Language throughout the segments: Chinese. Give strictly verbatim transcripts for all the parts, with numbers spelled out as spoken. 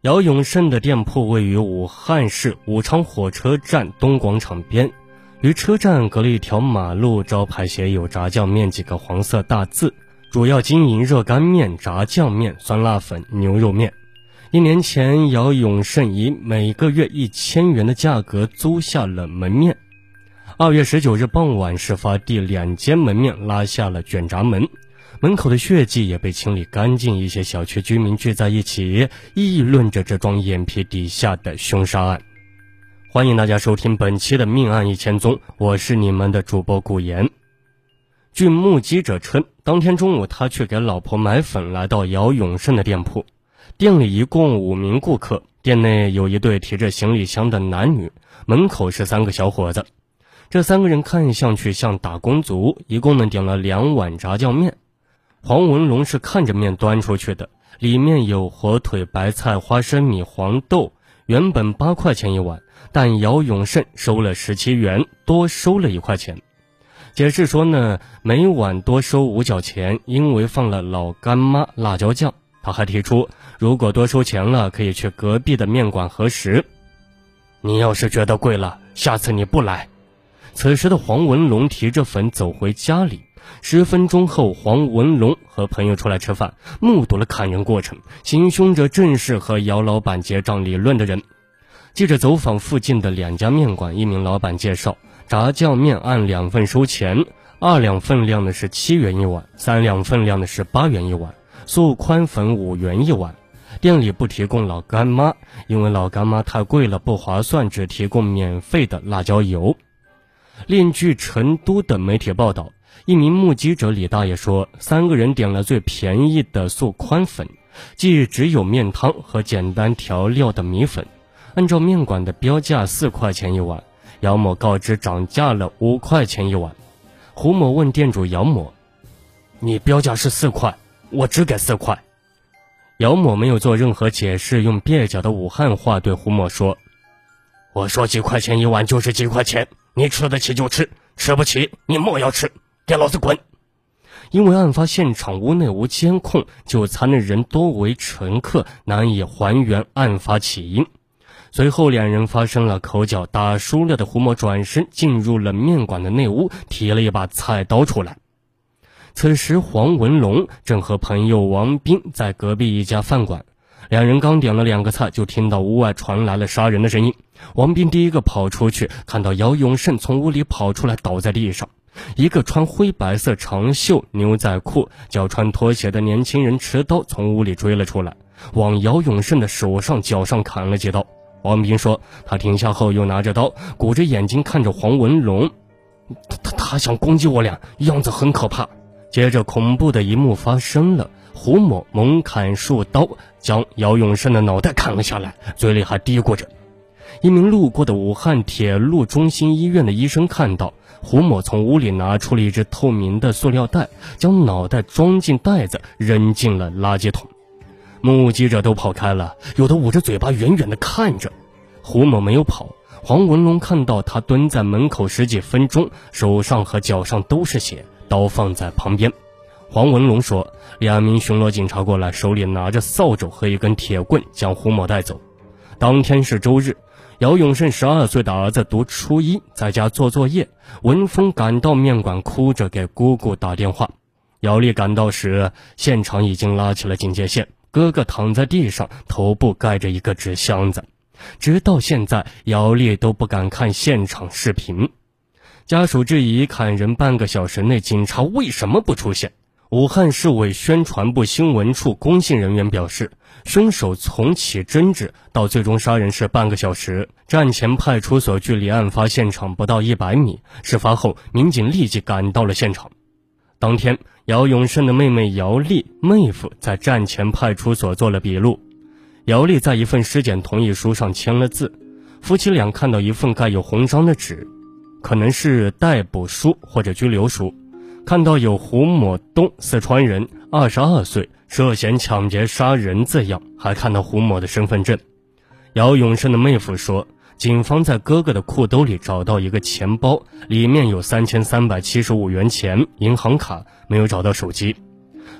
姚永胜的店铺位于武汉市武昌火车站东广场边，与车站隔了一条马路，招牌写有炸酱面几个黄色大字，主要经营热干面、炸酱面、酸辣粉、牛肉面。一年前，姚永胜以每个月一千元的价格租下了门面。二月十九日傍晚，事发地两间门面拉下了卷闸门，门口的血迹也被清理干净。一些小区居民聚在一起，议论着这桩眼皮底下的凶杀案。欢迎大家收听本期的命案一千宗，我是你们的主播顾言。据目击者称，当天中午他去给老婆买粉，来到姚永胜的店铺。店里一共五名顾客，店内有一对提着行李箱的男女，门口是三个小伙子。这三个人看上去像打工族，一共呢点了两碗炸酱面。黄文龙是看着面端出去的，里面有火腿、白菜、花生米、黄豆，原本八块钱一碗，但姚永胜收了十七元，多收了一块钱。解释说呢，每碗多收五角钱，因为放了老干妈辣椒酱。他还提出，如果多收钱了，可以去隔壁的面馆核实。你要是觉得贵了，下次你不来。此时的黄文龙提着粉走回家里。十分钟后，黄文龙和朋友出来吃饭，目睹了砍人过程，行凶者正是和姚老板结账理论的人。记者走访附近的两家面馆，一名老板介绍，炸酱面按两份收钱，二两分量的是七元一碗，三两分量的是八元一碗，素宽粉五元一碗。店里不提供老干妈，因为老干妈太贵了，不划算，只提供免费的辣椒油。另据成都的媒体报道，一名目击者李大爷说，三个人点了最便宜的素宽粉，即只有面汤和简单调料的米粉，按照面馆的标价四块钱一碗，姚某告知涨价了五块钱一碗。胡某问店主姚某，你标价是四块，我只给四块。姚某没有做任何解释，用蹩脚的武汉话对胡某说，我说几块钱一碗就是几块钱，你吃得起就吃，吃不起你莫要吃，给老子滚！因为案发现场屋内无监控，就餐的人多为乘客，难以还原案发起因。随后两人发生了口角，打输了的胡某转身进入了面馆的内屋，提了一把菜刀出来。此时黄文龙正和朋友王斌在隔壁一家饭馆，两人刚点了两个菜，就听到屋外传来了杀人的声音。王斌第一个跑出去，看到姚永胜从屋里跑出来，倒在地上。一个穿灰白色长袖牛仔裤、脚穿拖鞋的年轻人持刀从屋里追了出来，往姚永胜的手上脚上砍了几刀。王斌说，他停下后又拿着刀，鼓着眼睛看着黄文龙，他他想攻击我俩，样子很可怕。接着恐怖的一幕发生了，胡某猛砍数刀，将姚永胜的脑袋砍了下来，嘴里还嘀咕着。一名路过的武汉铁路中心医院的医生看到胡某从屋里拿出了一只透明的塑料袋，将脑袋装进袋子扔进了垃圾桶。目击者都跑开了，有的捂着嘴巴远远地看着。胡某没有跑，黄文龙看到他蹲在门口十几分钟，手上和脚上都是血，刀放在旁边。黄文龙说，两名巡逻警察过来，手里拿着扫帚和一根铁棍，将胡某带走。当天是周日，姚永胜十二岁的儿子读初一，在家做作业，文峰赶到面馆，哭着给姑姑打电话。姚丽赶到时，现场已经拉起了警戒线，哥哥躺在地上，头部盖着一个纸箱子。直到现在，姚丽都不敢看现场视频。家属质疑砍人半个小时内警察为什么不出现。武汉市委宣传部新闻处公信人员表示，凶手从起争执到最终杀人是半个小时，站前派出所距离案发现场不到一百米。事发后，民警立即赶到了现场。当天，姚永胜的妹妹姚丽妹夫在站前派出所做了笔录。姚丽在一份尸检同意书上签了字。夫妻俩看到一份盖有红章的纸，可能是逮捕书或者拘留书。看到有胡某东，四川人，二十二岁，涉嫌抢劫杀人字样，还看到胡某的身份证。姚永胜的妹夫说，警方在哥哥的裤兜里找到一个钱包，里面有三千三百七十五元钱、银行卡，没有找到手机。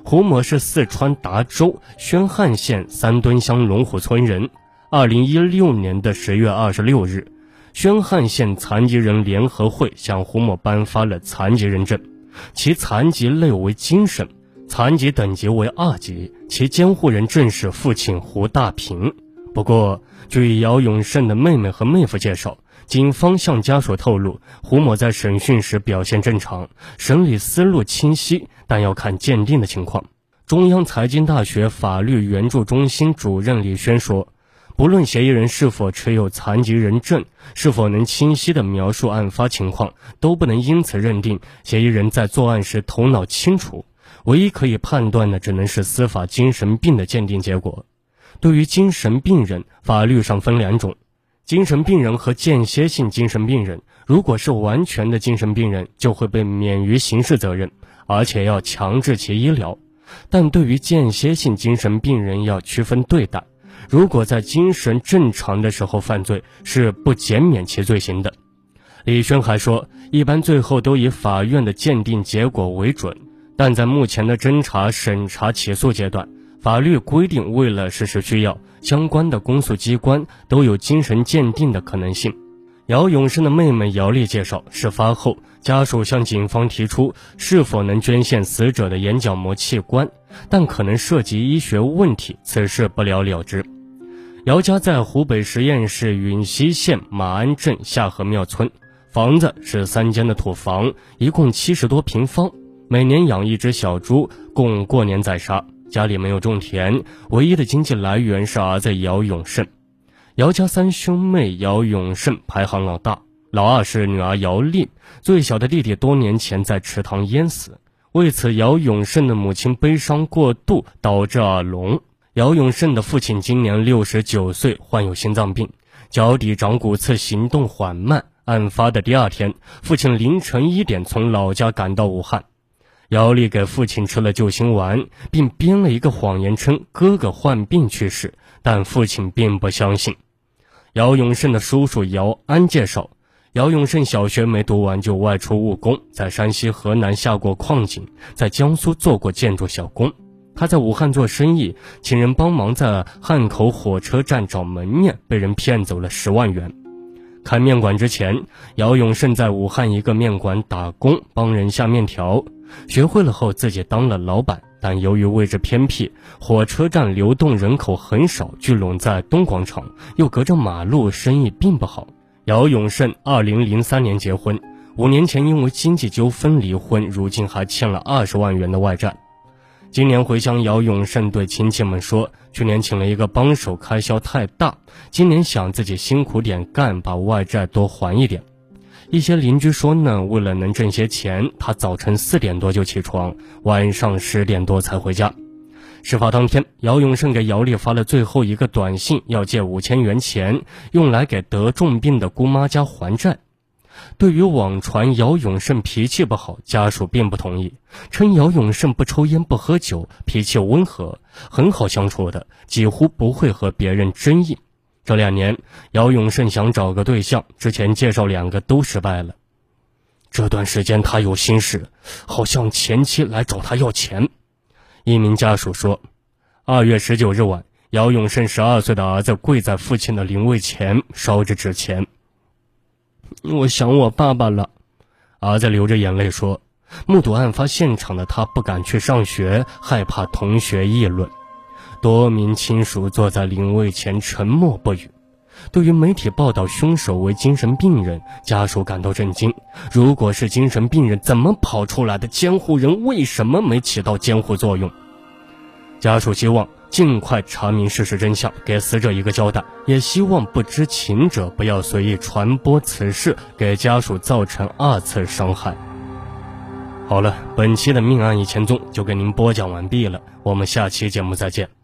胡某是四川达州宣汉县三墩乡龙虎村人。二零一六年的十月二十六日，宣汉县残疾人联合会向胡某颁发了残疾人证，其残疾类为精神，残疾等级为二级，其监护人正是父亲胡大平。不过，据姚永胜的妹妹和妹夫介绍，警方向家属透露，胡某在审讯时表现正常，审理思路清晰，但要看鉴定的情况。中央财经大学法律援助中心主任李轩说，不论嫌疑人是否持有残疾人证，是否能清晰地描述案发情况，都不能因此认定嫌疑人在作案时头脑清楚。唯一可以判断的只能是司法精神病的鉴定结果。对于精神病人，法律上分两种，精神病人和间歇性精神病人。如果是完全的精神病人，就会被免于刑事责任，而且要强制其医疗。但对于间歇性精神病人要区分对待，如果在精神正常的时候犯罪，是不减免其罪行的。李轩还说，一般最后都以法院的鉴定结果为准，但在目前的侦查、审查、起诉阶段，法律规定为了事实需要，相关的公诉机关都有精神鉴定的可能性。姚永胜的妹妹姚丽介绍，事发后家属向警方提出是否能捐献死者的眼角膜器官，但可能涉及医学问题，此事不了了之。姚家在湖北十堰市允溪县马鞍镇下河庙村，房子是三间的土房，一共七十多平方，每年养一只小猪，供过年宰杀。家里没有种田，唯一的经济来源是儿子姚永胜。姚家三兄妹，姚永胜排行老大，老二是女儿姚丽，最小的弟弟多年前在池塘淹死。为此，姚永胜的母亲悲伤过度，导致耳聋。姚永胜的父亲今年六十九岁，患有心脏病，脚底长骨刺，行动缓慢。案发的第二天，父亲凌晨一点从老家赶到武汉。姚丽给父亲吃了救心丸，并编了一个谎言称哥哥患病去世，但父亲并不相信。姚永胜的叔叔姚安介绍，姚永胜小学没读完就外出务工，在山西、河南下过矿井，在江苏做过建筑小工。他在武汉做生意，请人帮忙在汉口火车站找门面，被人骗走了十万元。开面馆之前，姚永胜在武汉一个面馆打工，帮人下面条。学会了后自己当了老板，但由于位置偏僻，火车站流动人口很少，聚拢在东广场，又隔着马路，生意并不好。姚永胜二零零三年结婚，五年前因为经济纠纷离婚，如今还欠了二十万元的外债。今年回乡，姚永胜对亲戚们说，去年请了一个帮手，开销太大，今年想自己辛苦点干，把外债多还一点。一些邻居说呢，为了能挣些钱，他早晨四点多就起床，晚上十点多才回家。事发当天，姚永胜给姚丽发了最后一个短信，要借五千元钱，用来给得重病的姑妈家还债。对于网传姚永胜脾气不好，家属并不同意，称姚永胜不抽烟不喝酒，脾气温和，很好相处的，几乎不会和别人争议。这两年，姚永胜想找个对象，之前介绍两个都失败了。这段时间他有心事，好像前妻来找他要钱。一名家属说，二月十九日晚，姚永胜十二岁的儿子跪在父亲的灵位前，烧着纸钱。我想我爸爸了，儿子流着眼泪说。目睹案发现场的他不敢去上学，害怕同学议论。多名亲属坐在灵位前沉默不语。对于媒体报道凶手为精神病人，家属感到震惊。如果是精神病人，怎么跑出来的？监护人为什么没起到监护作用？家属希望尽快查明事实真相，给死者一个交代，也希望不知情者不要随意传播此事，给家属造成二次伤害。好了，本期的命案一千宗就给您播讲完毕了，我们下期节目再见。